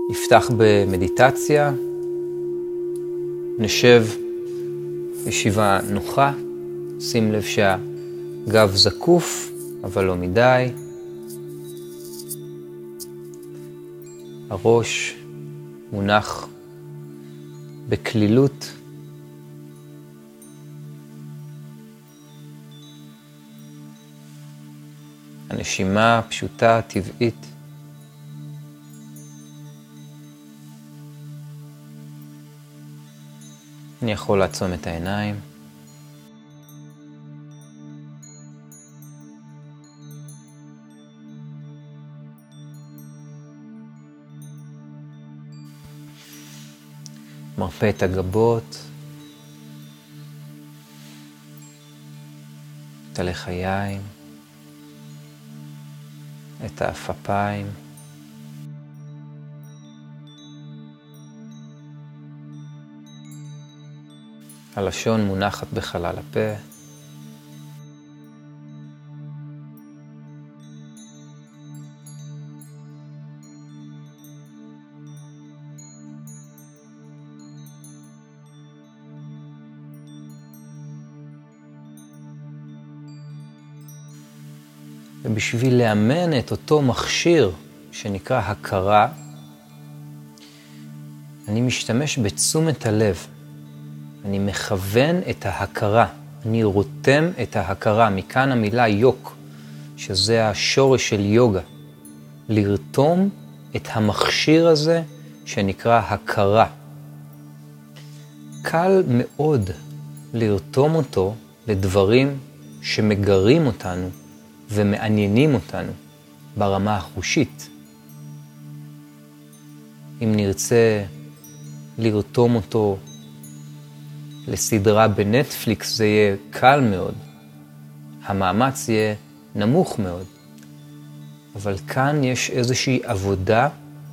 נפתח במדיטציה, נשב ישיבה נוחה, שים לב שהגב זקוף, אבל לא מדי. הראש מונח בכלילות. הנשימה פשוטה, טבעית. אני יכול לעצום את העיניים. מרפא את הגבות, את הלחיים, את האפפיים. הלשון מונחת בחלל הפה. ובשביל לאמן את אותו מכשיר שנקרא הכרה, אני משתמש בתשומת הלב. אני מכוון את ההכרה, אני רותם את ההכרה. מכאן המילה יוק, שזה השורש של יוגה. לרתום את המכשיר הזה שנקרא הכרה. קל מאוד לרתום אותו לדברים שמגרים אותנו ומעניינים אותנו ברמה החושית. אם נרצה לרתום אותו לסדרה בנטפליקס, זה יהיה קל מאוד. המאמץ יהיה נמוך מאוד. אבל כאן יש איזושהי עבודה,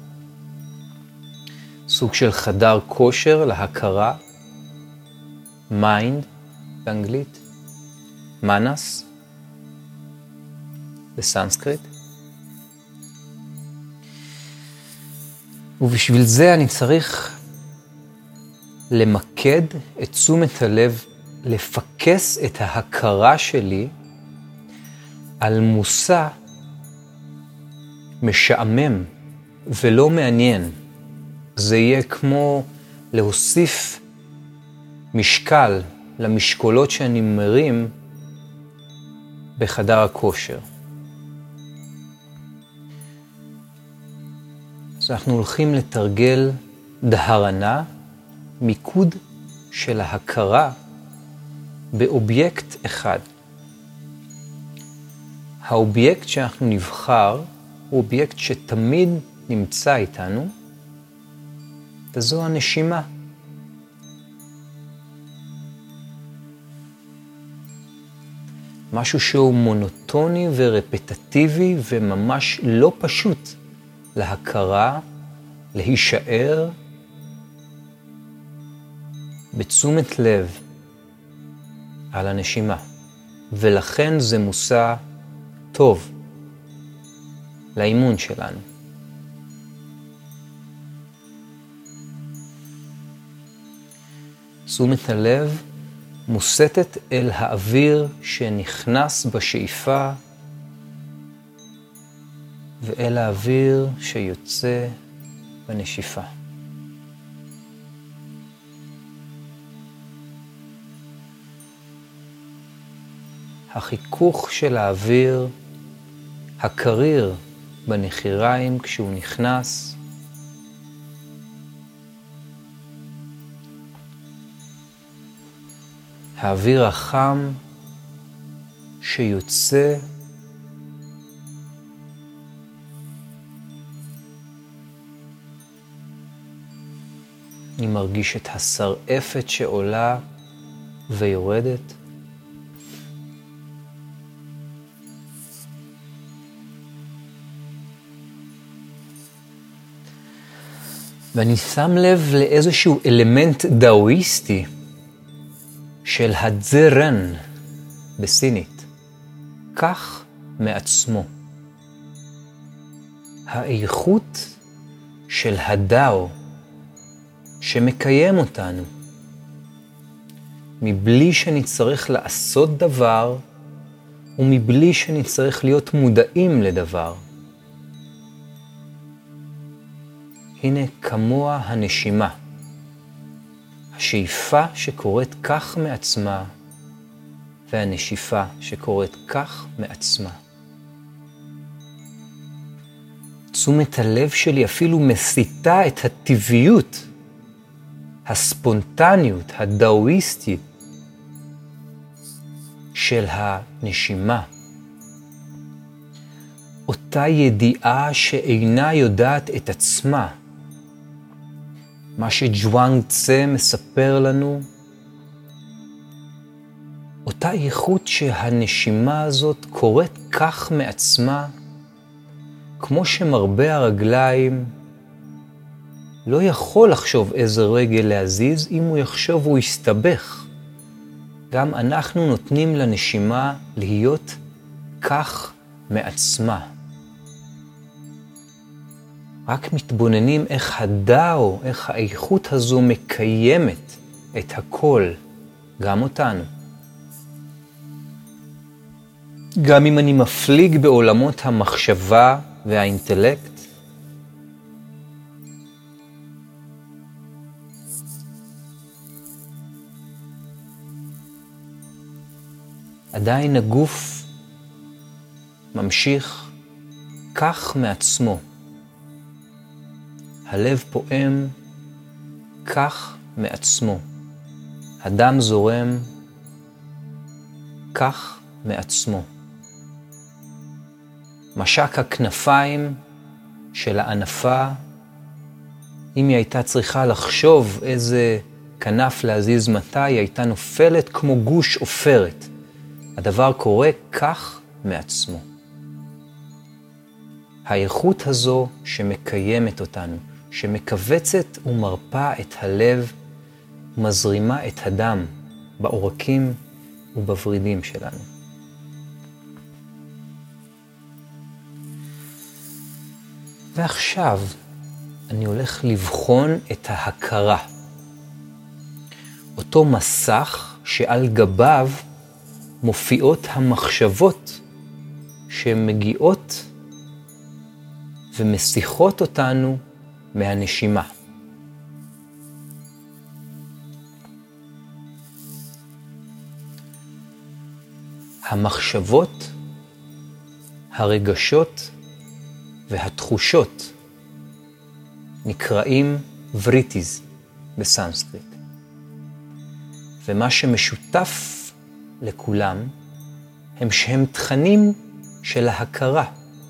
סוג של חדר כושר להכרה, מיינד באנגלית, מנס בסנסקריט. ובשביל זה אני צריך למקד את תשומת הלב, לפקס את ההכרה שלי על מושא משעמם ולא מעניין. זה יהיה כמו להוסיף משקל למשקולות שאני מרים בחדר הכושר. אז אנחנו הולכים לתרגל דהרנה, מיקוד של ההכרה באובייקט אחד. האובייקט שאנחנו נבחר הוא אובייקט שתמיד נמצא איתנו, וזו הנשימה. משהו שהוא מונוטוני ורפטטיבי וממש לא פשוט להכרה, להישאר בתשומת לב על הנשימה. ולכן זה מושא טוב לאימון שלנו. תשומת הלב מוסתת אל האוויר שנכנס בשאיפה ואל האוויר שיוצא בנשיפה. החיכוך של האוויר, הקריר בנחיריים כשהוא נכנס, האוויר החם שיוצא אני מרגיש את השרעפת שעולה ויורדת. ואני שם לב לאיזשהו אלמנט דאואיסטי של הדזרן בסינית. כך מעצמו. האיכות של הדאו שמקיים אותנו, מבלי שנצטרך לעשות דבר ומבלי שנצטרך להיות מודעים לדבר. הנה כמוה הנשימה, השאיפה שקורית כך מעצמה והנשיפה שקורית כך מעצמה. תשומת הלב שלי אפילו מסיתה את הטבעיות, הספונטניות, הדאואיסטית של הנשימה. אותה ידיעה שאינה יודעת את עצמה. מה שג'ואנג צה מספר לנו, אותה איכות שהנשימה הזאת קורית כך מעצמה, כמו שמרבה הרגליים לא יכול לחשוב איזה רגל להזיז, אם הוא יחשוב הוא יסתבך. גם אנחנו נותנים לנשימה להיות כך מעצמה. רק מתבוננים איך הדאו, איך האיכות הזו מקיימת את הכל, גם אותנו. גם אם אני מפליג בעולמות המחשבה והאינטלקט, עדיין הגוף ממשיך כך מעצמו. הלב פועם כך מעצמו. הדם זורם כך מעצמו. משק הכנפיים של הענפה, אם היא הייתה צריכה לחשוב איזה כנף להזיז מתי, היא הייתה נופלת כמו גוש עופרת. הדבר קורה כך מעצמו. האיכות הזו שמקיימת אותנו, שמקבצת ומרפא את הלב, מזרימה את הדם בעורקים ובוורידים שלנו. ועכשיו אני הולך לבחון את ההכרה. אותו מסך שעל גביו מופיעות המחשבות שמגיעות ומשיחות אותנו מהנשימה. המחשבות, הרגשות והתחושות נקראים וריטיז בסנסקריט. ומה שמשותף לכולם הם שהם תכנים של ההכרה.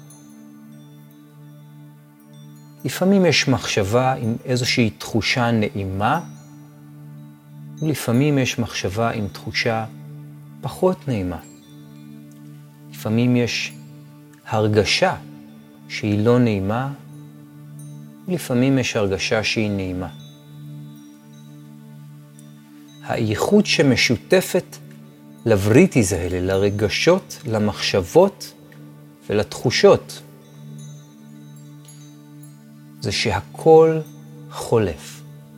לפעמים יש מחשבה עם איזושהי תחושה נעימה, ולפעמים יש מחשבה עם תחושה פחות נעימה. לפעמים יש הרגשה שהיא לא נעימה, ולפעמים יש הרגשה שהיא נעימה. הייחוד שמשותפת לבריטיז האלה, לרגשות, למחשבות ולתחושות, זה שהכל חולף.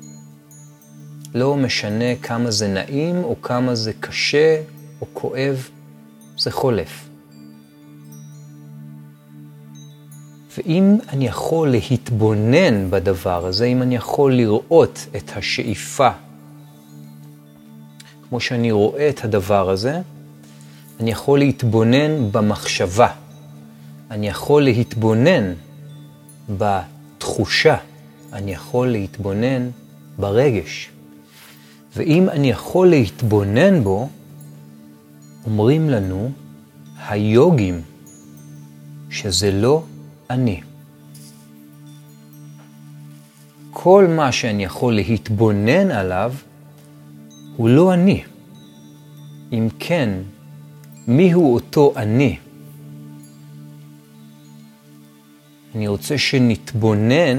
לא משנה כמה זה נעים או כמה זה קשה או כואב, זה חולף. ואם אני יכול להתבונן בדבר הזה, אם אני יכול לראות את השאיפה, כמו שאני רואה את הדבר הזה, אני יכול להתבונן במחשבה. אני יכול להתבונן בתחושה. אני יכול להתבונן ברגש. ואם אני יכול להתבונן בו, אומרים לנו היוגים שזה לא אני. כל מה שאני יכול להתבונן עליו הוא לא אני. אם כן, מיהו אותו אני? אני רוצה שנתבונן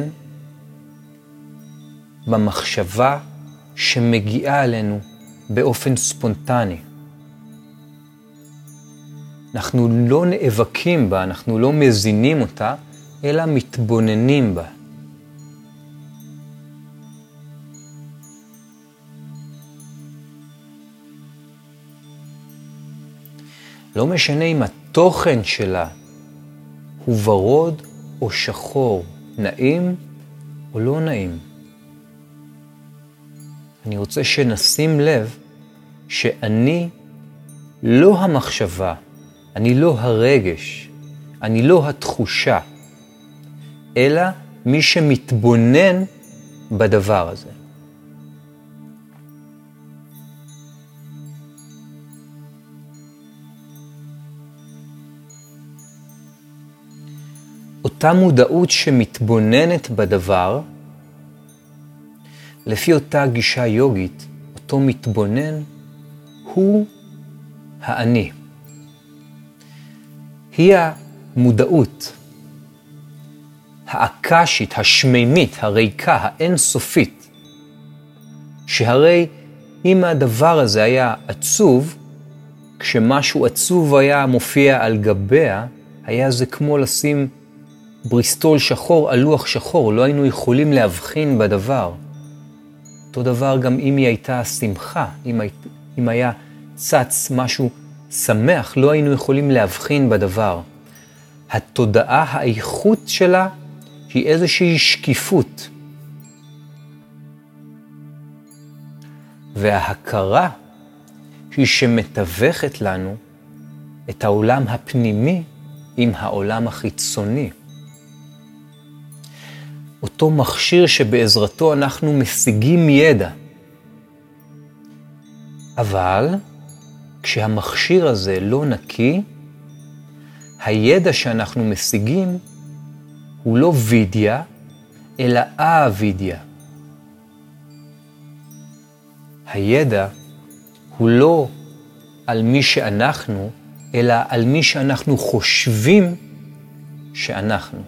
במחשבה שמגיעה אלינו באופן ספונטני. אנחנו לא נאבקים בה, אנחנו לא מזינים אותה, אלא מתבוננים בה. לא משנה אם התוכן שלה הוא ורוד או שחור, נעים או לא נעים. אני רוצה שנשים לב שאני לא המחשבה, אני לא הרגש, אני לא התחושה, אלא מי שמתבונן בדבר הזה. אותה מודעות שמתבוננת בדבר, לפי אותה גישה יוגית, אותו מתבונן הוא האני. היא המודעות האקשית, השמימית, הריקה, האינסופית, שהרי אם הדבר הזה היה עצוב, כשמשהו עצוב היה מופיע על גביה, היה זה כמו לשים בריסטול שחור על לוח שחור, לא היינו יכולים להבחין בדבר. אותו דבר גם אם היא הייתה שמחה, אם היה צץ משהו שמח, לא היינו יכולים להבחין בדבר. התודעה, האיכות שלה, היא איזושהי שקיפות. וההכרה היא שמתווכת לנו את העולם הפנימי עם העולם החיצוני. אותו מכשיר שבעזרתו אנחנו משיגים ידע. אבל כשהמכשיר הזה לא נקי, הידע שאנחנו משיגים הוא לא וידיה, אלא אווידיה. הידע הוא לא על מי שאנחנו, אלא על מי שאנחנו חושבים שאנחנו.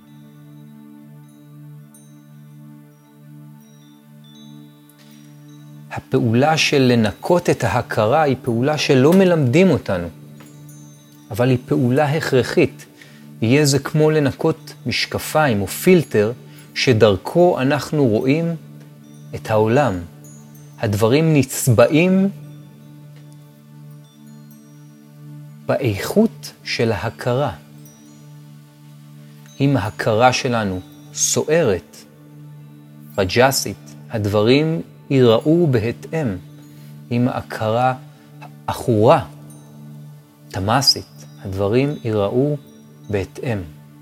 הפעולה של לנקות את ההכרה היא פעולה שלא מלמדים אותנו, אבל היא פעולה הכרחית. יהיה זה כמו לנקות משקפיים או פילטר שדרכו אנחנו רואים את העולם. הדברים נצבעים באיכות של ההכרה. אם ההכרה שלנו סוערת, רג'סית, הדברים ייראו בהתאם. אם ההכרה עכורה, תמסית, הדברים ייראו בהתאם.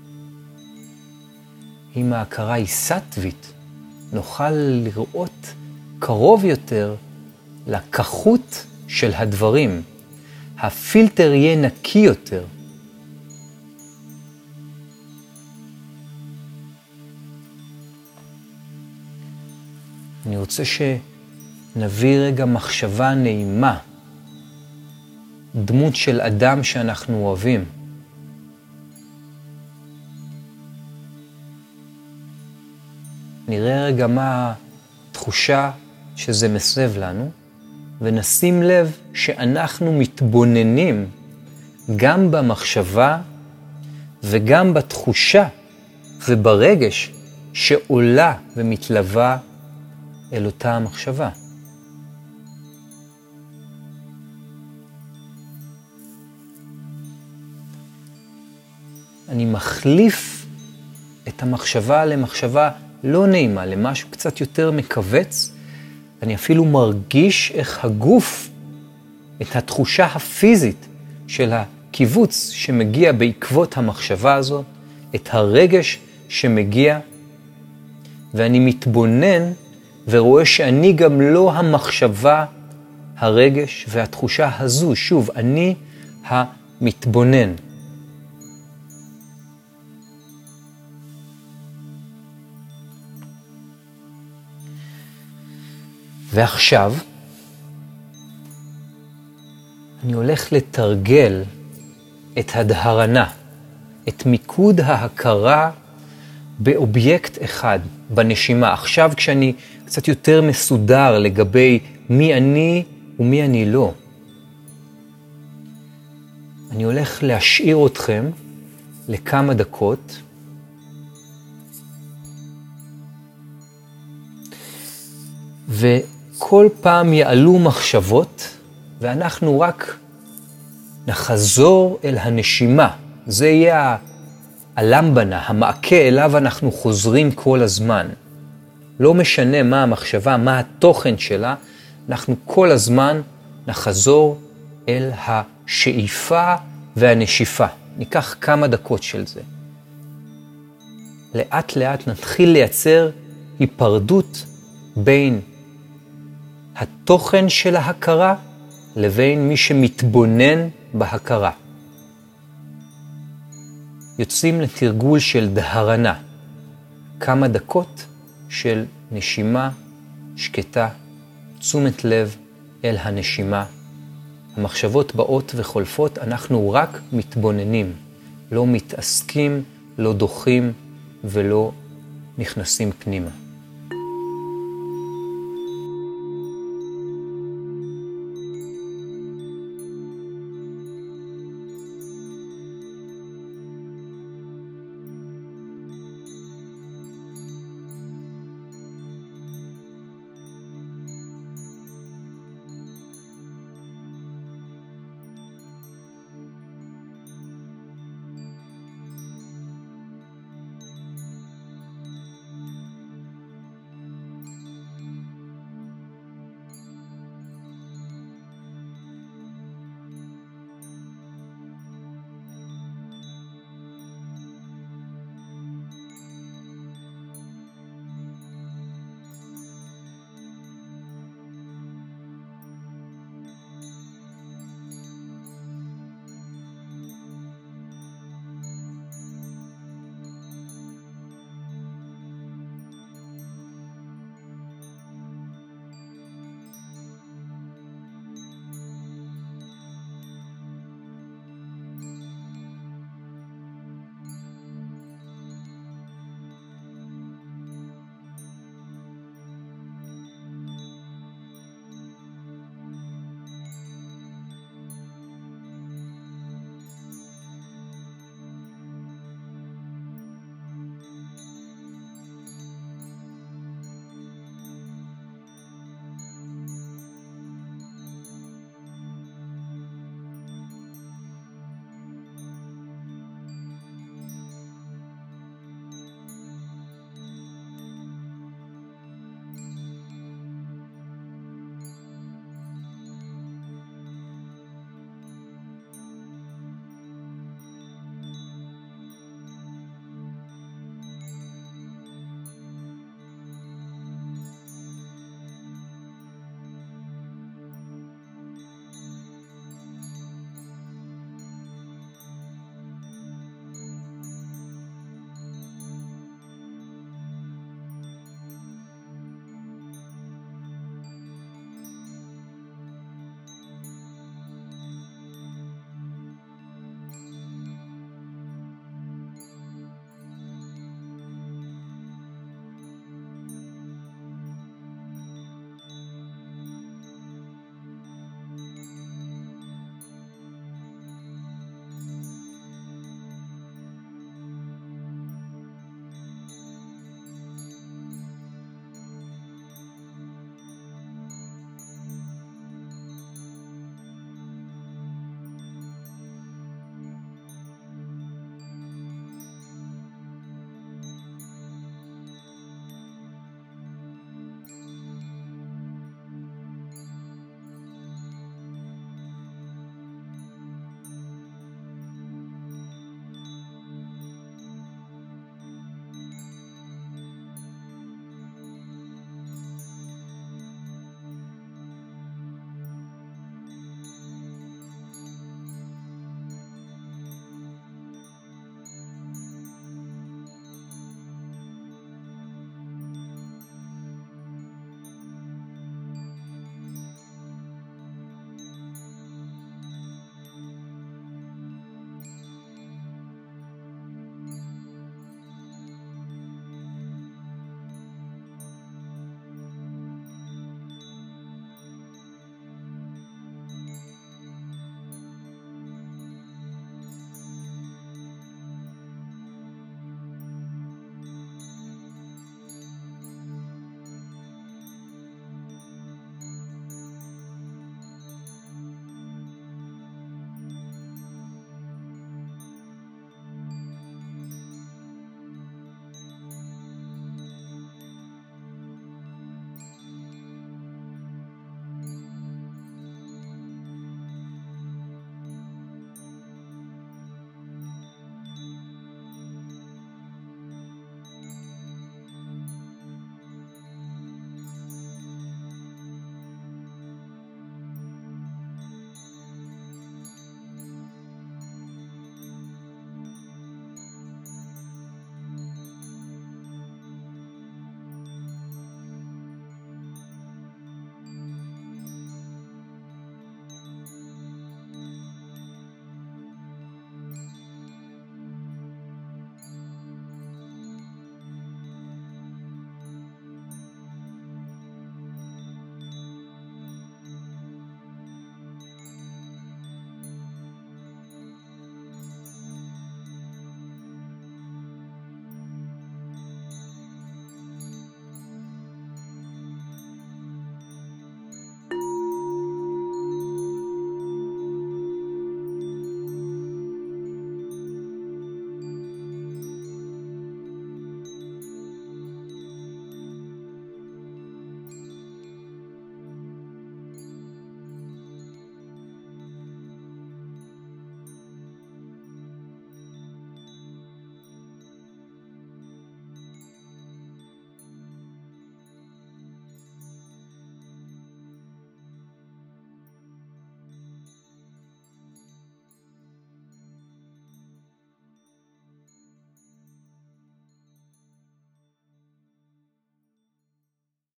אם ההכרה היא סטווית, נוכל לראות קרוב יותר לכחות של הדברים. הפילטר יהיה נקי יותר. אני רוצה שנביא רגע מחשבה נעימה, דמות של אדם שאנחנו אוהבים. נראה רגע מה התחושה שזה מסב לנו, ונשים לב שאנחנו מתבוננים גם במחשבה וגם בתחושה וברגש שעולה ומתלווה אל אותה המחשבה. אני מחליף את המחשבה למחשבה לא נעימה, למשהו קצת יותר מקבץ. אני אפילו מרגיש איך הגוף, את התחושה הפיזית של הקיבוץ שמגיע בעקבות המחשבה הזאת, את הרגש שמגיע, ואני מתבונן ורואה שאני גם לא המחשבה, הרגש והתחושה הזו. שוב, אני המתבונן. ועכשיו, אני הולך לתרגל את הדהרנה, את מיקוד ההכרה באובייקט אחד, בנשימה. עכשיו כשאני קצת יותר מסודר לגבי מי אני ומי אני לא, אני הולך להשאיר אתכם לכמה דקות, וכל פעם יעלו מחשבות, ואנחנו רק נחזור אל הנשימה. זה יהיה הלמבנה, המעקה אליו אנחנו חוזרים כל הזמן. לא משנה מה המחשבה, מה התוכן שלה, אנחנו כל הזמן נחזור אל השאיפה והנשיפה. ניקח כמה דקות של זה. לאט לאט נתחיל לייצר היפרדות בין התוכן של ההכרה לבין מי שמתבונן בהכרה. יוצאים לתרגול של דהרנה, כמה דקות של נשימה שקטה, תשומת לב אל הנשימה. המחשבות באות וחולפות, אנחנו רק מתבוננים, לא מתעסקים, לא דוחים ולא נכנסים פנימה.